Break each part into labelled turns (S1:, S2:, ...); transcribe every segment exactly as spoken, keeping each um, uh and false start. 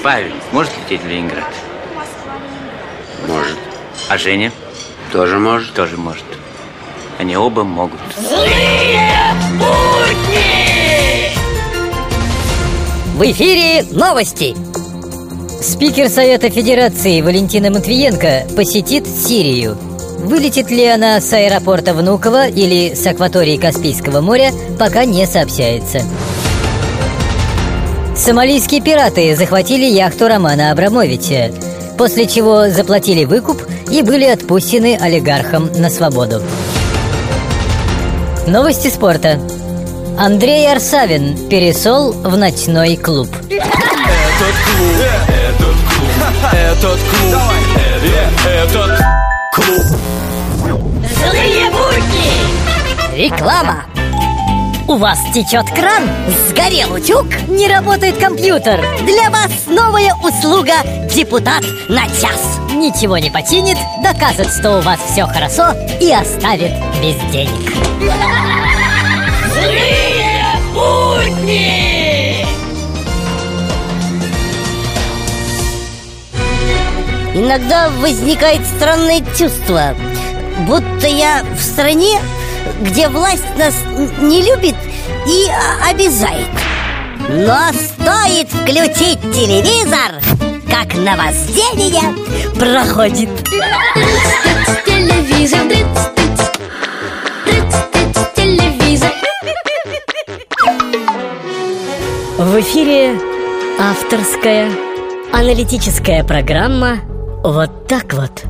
S1: Павел может лететь в Ленинград?
S2: Может.
S1: А Женя?
S2: Тоже может.
S1: Тоже может. Они оба могут.
S3: Злые будни!
S4: В эфире новости. Спикер Совета Федерации Валентина Матвиенко посетит Сирию. Вылетит ли она с аэропорта Внуково или с акватории Каспийского моря, пока не сообщается. Сомалийские пираты захватили яхту Романа Абрамовича, после чего заплатили выкуп и были отпущены олигархам на свободу. Новости спорта. Андрей Арсавин пересол в ночной клуб.
S5: Этот клуб, этот клуб, этот клуб, этот клуб.
S3: Злые будни!
S4: Реклама. У вас течет кран? Сгорел утюг? Не работает компьютер? Для вас новая услуга «Депутат на час». Ничего не починит, докажет, что у вас все хорошо, и оставит без денег.
S3: Злые будни!
S4: Иногда возникает странное чувство, будто я в стране, где власть нас не любит и обижает. Но стоит включить телевизор, как наваждение проходит.
S3: Телевизор, телевизор.
S4: В эфире авторская аналитическая программа «Вот так вот».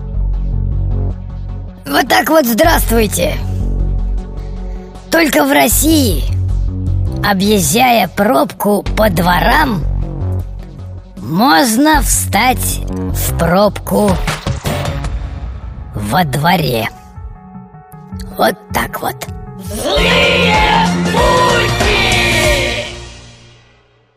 S4: Вот так вот здравствуйте. Только в России, объезжая пробку по дворам, можно встать в пробку во дворе. Вот так вот.
S3: Злые